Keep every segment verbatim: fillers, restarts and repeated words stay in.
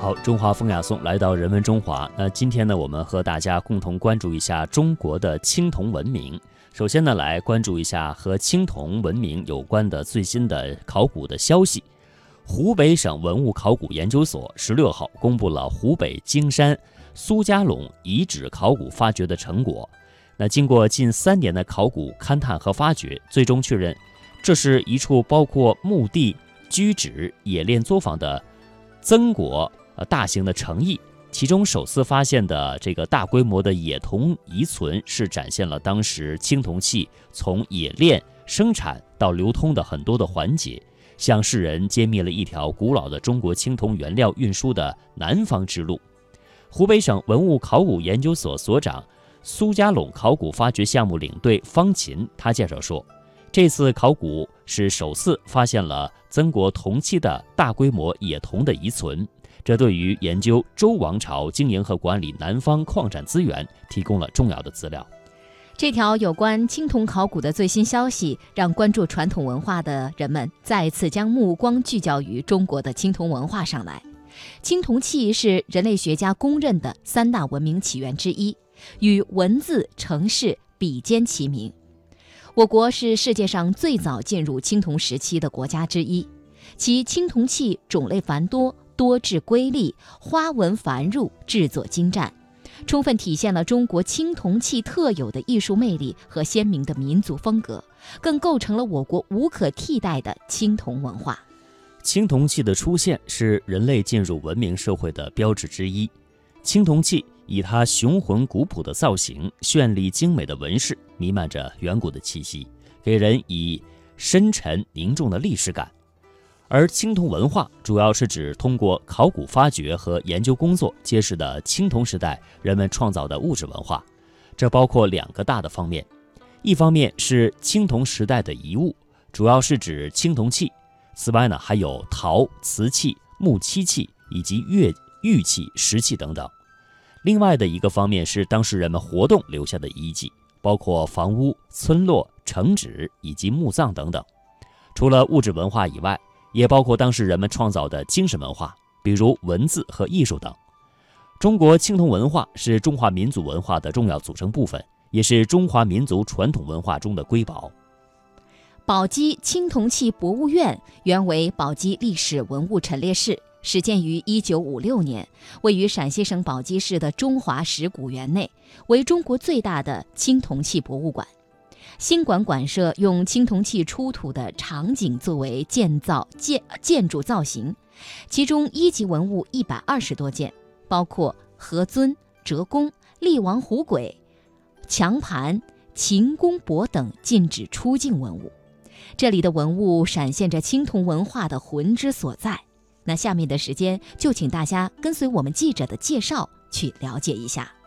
好，中华风雅颂来到人文中华。那今天呢，我们和大家共同关注一下中国的青铜文明。首先呢，来关注一下和青铜文明有关的最新的考古的消息。湖北省文物考古研究所十六号公布了湖北荆山苏家垄遗址考古发掘的成果。那经过近三年的考古勘探和发掘，最终确认，这是一处包括墓地、居址、冶炼作坊的曾国呃大型的城邑。其中首次发现的这个大规模的冶铜遗存，是展现了当时青铜器从冶炼、生产到流通的很多的环节，向世人揭秘了一条古老的中国青铜原料运输的南方之路。湖北省文物考古研究所所长、苏家垄考古发掘项目领队方琴，他介绍说，这次考古是首次发现了曾国铜器的大规模冶铜的遗存，这对于研究周王朝经营和管理南方矿产资源提供了重要的资料。 这条有关青铜考古的最新消息，让关注传统文化的人们再次将目光聚焦于中国的青铜文化上来。青铜器是人类学家公认的三大文明起源之一，与文字、城市比肩齐名。我国是世界上最早进入青铜时期的国家之一，其青铜器种类繁多，多质瑰丽，花纹繁缛，制作精湛，充分体现了中国青铜器特有的艺术魅力和鲜明的民族风格，更构成了我国无可替代的青铜文化。 青铜器的出现是人类进入文明社会的标志之一。青铜器以它雄浑古朴的造型、绚丽精美的纹饰，弥漫着远古的气息，给人以深沉凝重的历史感。而青铜文化主要是指通过考古发掘和研究工作揭示的青铜时代人们创造的物质文化，这包括两个大的方面。一方面是青铜时代的遗物，主要是指青铜器，此外呢还有陶、瓷器、木漆器以及乐玉器、石器等等。另外的一个方面是当时人们活动留下的遗迹，包括房屋、村落、城址以及墓葬等等。除了物质文化以外，也包括当时人们创造的精神文化，比如文字和艺术等。中国青铜文化是中华民族文化的重要组成部分，也是中华民族传统文化中的瑰宝。 宝鸡青铜器博物院原为宝鸡历史文物陈列室，始建于一九五六年，位于陕西省宝鸡市的中华石古园内，为中国最大的青铜器博物馆。新馆馆舍用青铜器出土的场景作为建造建建筑造型，其中一级文物一百二十多件，包括河尊、折弓、力王虎簋、墙盘、秦公帛等禁止出境文物。这里的文物闪现着青铜文化的魂之所在。那下面的时间就请大家跟随我们记者的介绍去了解一下。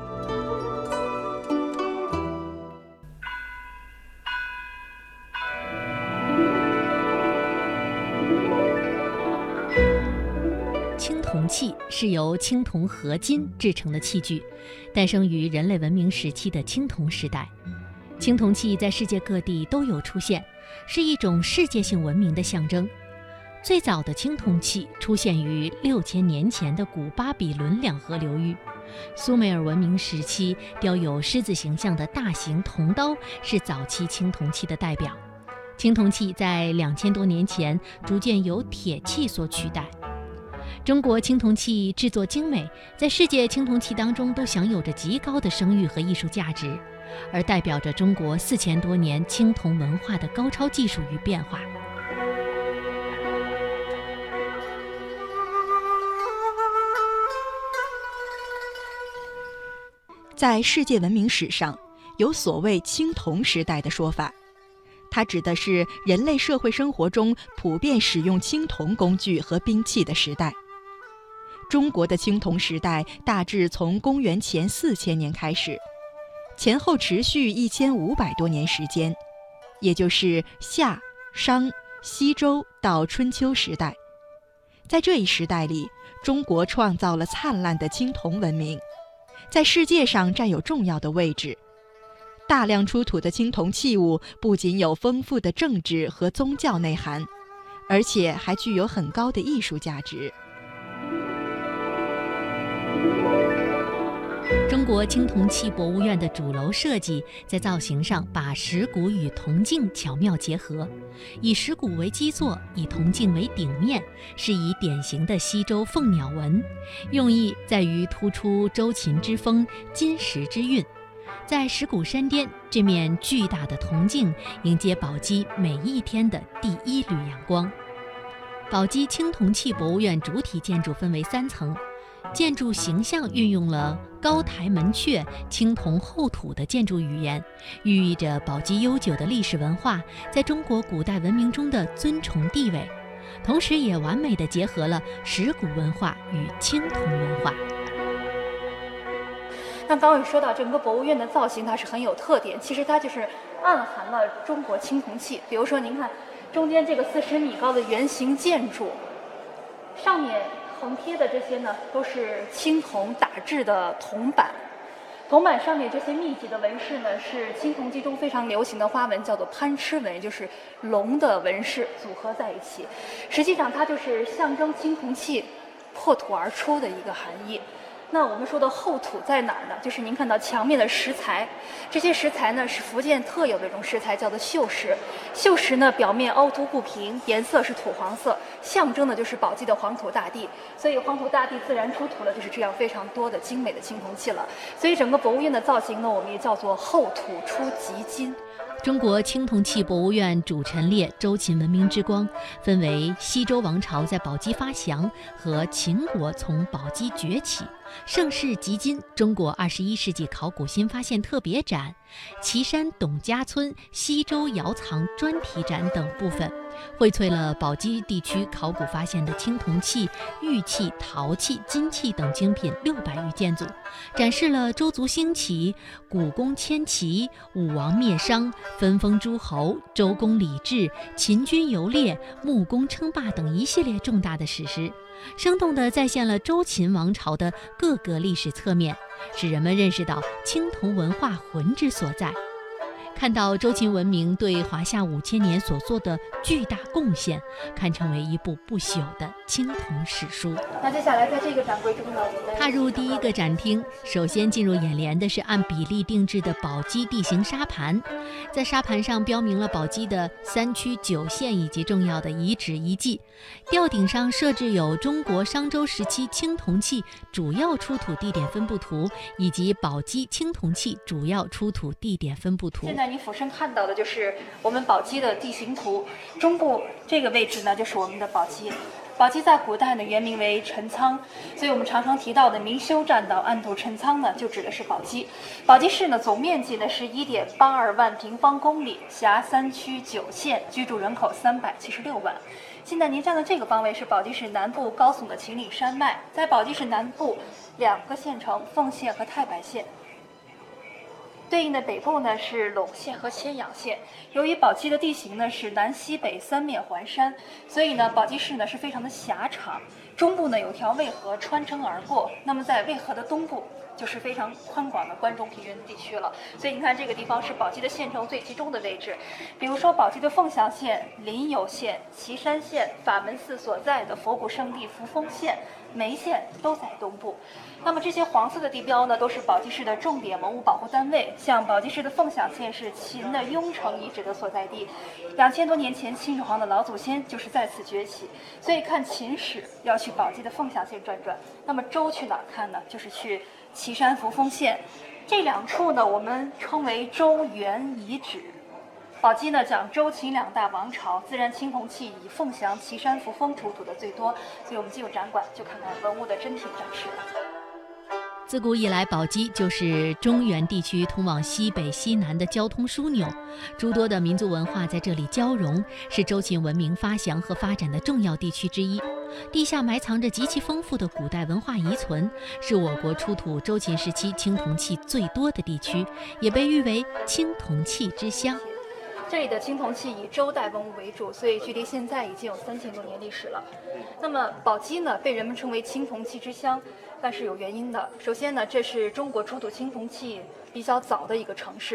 青铜器是由青铜合金制成的器具，诞生于人类文明时期的青铜时代。青铜器在世界各地都有出现，是一种世界性文明的象征。最早的青铜器出现于六千年前的古巴比伦两河流域。苏美尔文明时期雕有狮子形象的大型铜刀是早期青铜器的代表。青铜器在两千多年前逐渐由铁器所取代。中国青铜器制作精美，在世界青铜器当中都享有着极高的声誉和艺术价值，而代表着中国四千多年青铜文化的高超技术与变化。 在世界文明史上，有所谓青铜时代的说法，它指的是人类社会生活中普遍使用青铜工具和兵器的时代。中国的青铜时代大致从公元前四千年开始，前后持续一千五百多年时间，也就是夏、商、西周到春秋时代。在这一时代里，中国创造了灿烂的青铜文明，在世界上占有重要的位置。大量出土的青铜器物不仅有丰富的政治和宗教内涵，而且还具有很高的艺术价值。 国青铜器博物院的主楼设计在造型上把石鼓与铜镜巧妙结合，以石鼓为基座，以铜镜为顶面，是以典型的西周凤鸟纹，用意在于突出周秦之风、金石之韵。在石鼓山巅，这面巨大的铜镜迎接宝鸡每一天的第一缕阳光。宝鸡青铜器博物院主体建筑分为三层，建筑形象运用了高台门阙、青铜厚土的建筑语言，寓意着宝鸡悠久的历史文化在中国古代文明中的尊崇地位，同时也完美地结合了石鼓文化与青铜文化。 那刚刚有说到整个博物院的造型，它是很有特点，其实它就是暗含了中国青铜器。比如说，您看中间这个四十米高的圆形建筑，上面横贴的这些呢，都是青铜打制的铜板。铜板上面这些密集的纹饰呢，是青铜器中非常流行的花纹，叫做攀螭纹，也就是龙的纹饰组合在一起。实际上，它就是象征青铜器破土而出的一个含义。那我们说的厚土在哪儿呢？就是您看到墙面的石材，这些石材呢是福建特有的一种石材，叫做锈石。锈石呢表面凹凸不平，颜色是土黄色，象征的就是宝鸡的黄土大地。所以黄土大地自然出土了就是这样非常多的精美的青铜器了。所以整个博物院的造型呢，我们也叫做厚土出极金。 中国青铜器博物院主陈列周秦文明之光，分为西周王朝在宝鸡发祥和秦国从宝鸡崛起、盛世及今中国二十一世纪考古新发现特别展、岐山董家村西周窑藏专题展等部分，荟萃了宝鸡地区考古发现的青铜器、玉器、陶器、金器等精品六百余件组，展示了周族兴起、古公迁齐、武王灭商、分封诸侯、周公礼制、秦军游猎、穆公称霸等一系列重大的史实，生动地再现了周秦王朝的各个历史侧面，使人们认识到青铜文化魂之所在，看到周秦文明对华夏五千年所做的巨大贡献，堪称为一部不朽的青铜史书。 那接下来在这个展柜中呢，我们踏入第一个展厅，首先进入眼帘的是按比例定制的宝鸡地形沙盘，在沙盘上标明了宝鸡的三区九县以及重要的遗址遗迹。吊顶上设置有中国商周时期青铜器主要出土地点分布图以及宝鸡青铜器主要出土地点分布图。 现在你俯身看到的就是我们宝鸡的地形图，中部这个位置呢就是我们的宝鸡。宝鸡在古代呢原名为陈仓，所以我们常常提到的明修栈道、暗度陈仓呢，就指的是宝鸡。宝鸡市呢总面积呢是一点八二万平方公里，辖三区九县，居住人口三百七十六万。现在您站的这个方位是宝鸡市南部高耸的秦岭山脉，在宝鸡市南部两个县城凤县和太白县。对应的北部呢是陇县和牵阳县。由于宝鸡的地形呢是南西北三面环山，所以呢宝鸡市呢是非常的狭长，中部呢有条渭河穿城而过，那么在渭河的东部就是非常宽广的关中平原地区了。所以你看这个地方是宝鸡的县城最集中的位置，比如说宝鸡的凤翔县、临酉县、岐山县、法门寺所在的佛骨圣地扶风县、眉县都在东部。那么这些黄色的地标呢，都是宝鸡市的重点文物保护单位。像宝鸡市的凤翔县是秦的雍城遗址的所在地，两千多年前秦始皇的老祖先就是在此崛起，所以看秦史要去宝鸡的凤翔县转转。那么周去哪儿看呢？就是去岐山扶风县。这两处呢，我们称为周原遗址。宝鸡呢讲周秦两大王朝，自然青铜器以凤翔、岐山、扶风出土的最多，所以我们进入展馆就看看文物的真品展示。 自古以来，宝鸡就是中原地区通往西北西南的交通枢纽，诸多的民族文化在这里交融，是周秦文明发祥和发展的重要地区之一。地下埋藏着极其丰富的古代文化遗存，是我国出土周秦时期青铜器最多的地区，也被誉为青铜器之乡。 这里的青铜器以周代文物为主，所以距离现在已经有三千多年历史了。那么宝鸡呢，被人们称为青铜器之乡，但是有原因的。首先呢，这是中国出土青铜器比较早的一个城市。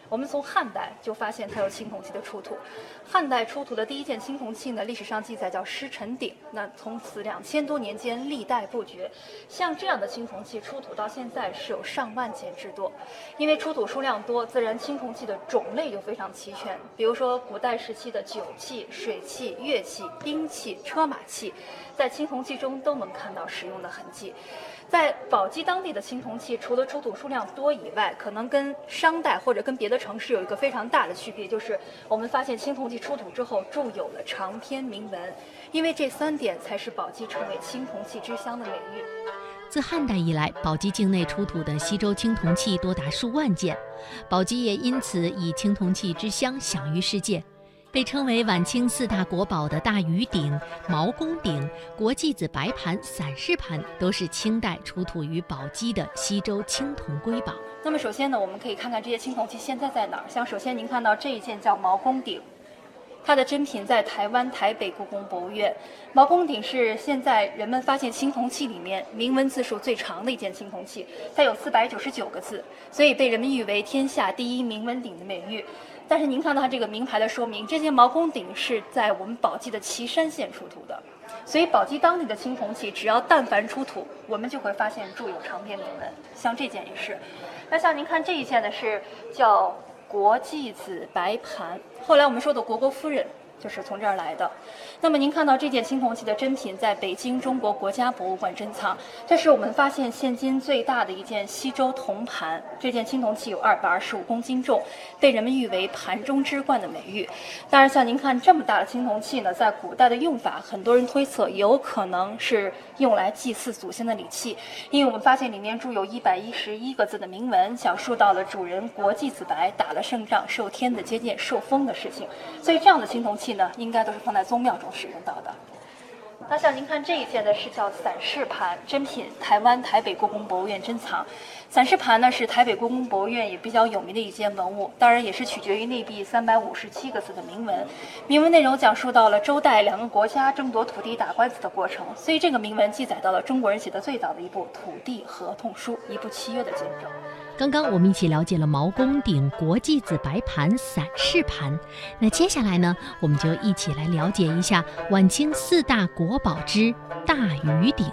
我们从汉代就发现它有青铜器的出土。汉代出土的第一件青铜器呢，历史上记载叫狮臣鼎。那从此两千多年间历代不绝，像这样的青铜器出土到现在是有上万件之多。因为出土数量多，自然青铜器的种类就非常齐全。比如说古代时期的酒器、水器、乐器、兵器、车马器，在青铜器中都能看到使用的痕迹。在宝鸡当地的青铜器，除了出土数量多以外，可能跟商代或者跟别的城市有一个非常大的区别，就是我们发现青铜器出土之后铸有了长篇铭文，因为这三点才使宝鸡成为青铜器之乡的美誉。 自汉代以来，宝鸡境内出土的西周青铜器多达数万件，宝鸡也因此以青铜器之乡享誉世界。被称为晚清四大国宝的大禹鼎、毛公鼎、国际子白盘、散氏盘，都是清代出土于宝鸡的西周青铜瑰宝。 那么首先呢，我们可以看看这些青铜器现在在哪儿。像首先您看到这一件叫毛公鼎，它的真品在台湾台北故宫博物院。毛公鼎是现在人们发现青铜器里面铭文字数最长的一件青铜器，它有四百九十九个字，所以被人们誉为天下第一铭文鼎的美誉。但是您看到它这个名牌的说明，这件毛公鼎是在我们宝鸡的岐山县出土的，所以宝鸡当地的青铜器只要但凡出土，我们就会发现铸有长篇铭文。像这件也是。那像您看这一件呢，是叫国际子白盘，后来我们说的国国夫人就是从这儿来的。那么您看到这件青铜器的真品在北京中国国家博物馆珍藏，这是我们发现现今最大的一件西周铜盘。这件青铜器有二百二十五公斤重，被人们誉为盘中之冠的美誉。当然像您看这么大的青铜器呢，在古代的用法，很多人推测有可能是用来祭祀祖先的礼器，因为我们发现里面铸有一百一十一个字的铭文，讲述到了主人国际子白打了胜仗受天子接见受封的事情，所以这样的青铜器呢，应该都是放在宗庙中使用到的。那像您看这一件呢，是叫散氏盘，真品台湾台北故宫博物院珍藏。散氏盘呢是台北故宫博物院也比较有名的一件文物，当然也是取决于内壁三百五十七个字的铭文。铭文内容讲述到了周代两个国家争夺土地打官司的过程，所以这个铭文记载到了中国人写的最早的一部土地合同书，一部契约的见证。 刚刚我们一起了解了毛公鼎、国际子白盘、散氏盘，那接下来呢，我们就一起来了解一下晚清四大国宝之大禹鼎。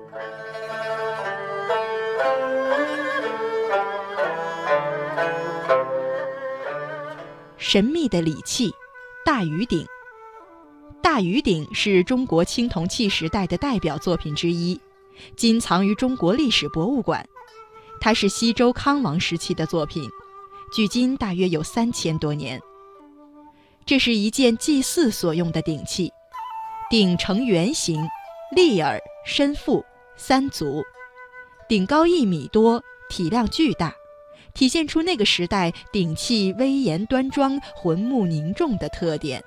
神秘的礼器大禹鼎。大禹鼎是中国青铜器时代的代表作品之一，今藏于中国历史博物馆。它是西周康王时期的作品，距今大约有三千多年。这是一件祭祀所用的鼎器，鼎呈圆形，立耳、身腹、三足，鼎高一米多，体量巨大，体现出那个时代鼎器威严端庄、浑穆凝重的特点。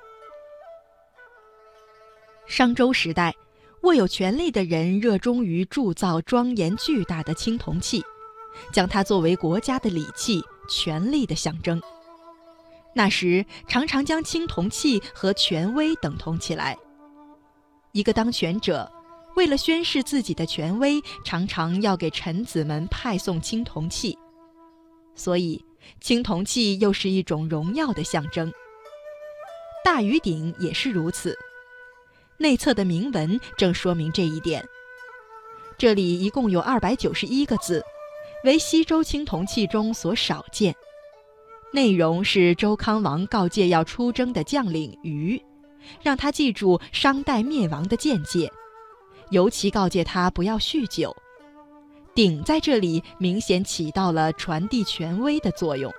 商周时代，握有权力的人热衷于铸造庄严巨大的青铜器，将它作为国家的礼器、权力的象征。那时常常将青铜器和权威等同起来。一个当权者为了宣示自己的权威，常常要给臣子们派送青铜器，所以青铜器又是一种荣耀的象征。大禹鼎也是如此，内侧的铭文正说明这一点。这里一共有二百九十一个字，为西周青铜器中所少见。内容是周康王告诫要出征的将领禹，让他记住商代灭亡的见解，尤其告诫他不要酗酒。鼎在这里明显起到了传递权威的作用。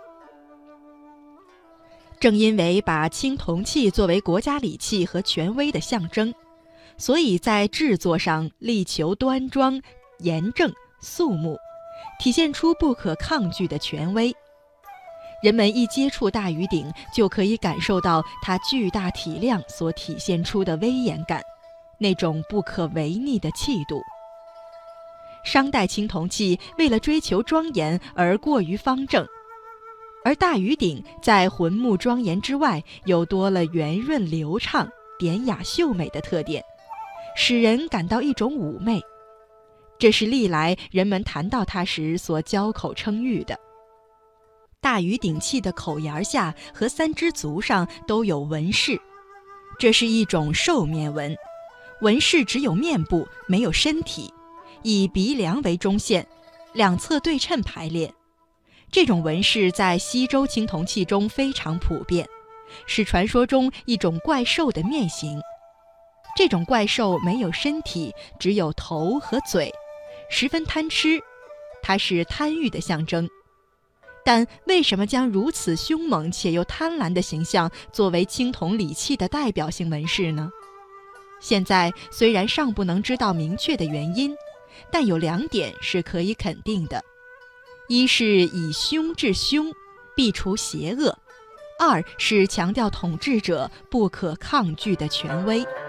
正因为把青铜器作为国家礼器和权威的象征，所以在制作上力求端庄、严正、肃穆，体现出不可抗拒的权威。人们一接触大禹鼎，就可以感受到它巨大体量所体现出的威严感，那种不可违逆的气度。商代青铜器为了追求庄严而过于方正，而大禹鼎在浑穆庄严之外，又多了圆润流畅、典雅秀美的特点，使人感到一种妩媚。这是历来人们谈到它时所交口称誉的。 大禹鼎器的口沿下和三只足上都有纹饰，这是一种兽面纹，纹饰只有面部，没有身体，以鼻梁为中线，两侧对称排列。这种纹饰在西周青铜器中非常普遍，是传说中一种怪兽的面型。这种怪兽没有身体，只有头和嘴，十分贪吃，它是贪欲的象征。但为什么将如此凶猛且又贪婪的形象作为青铜礼器的代表性纹饰呢？现在虽然尚不能知道明确的原因，但有两点是可以肯定的：一是以凶治凶，必除邪恶；二是强调统治者不可抗拒的权威。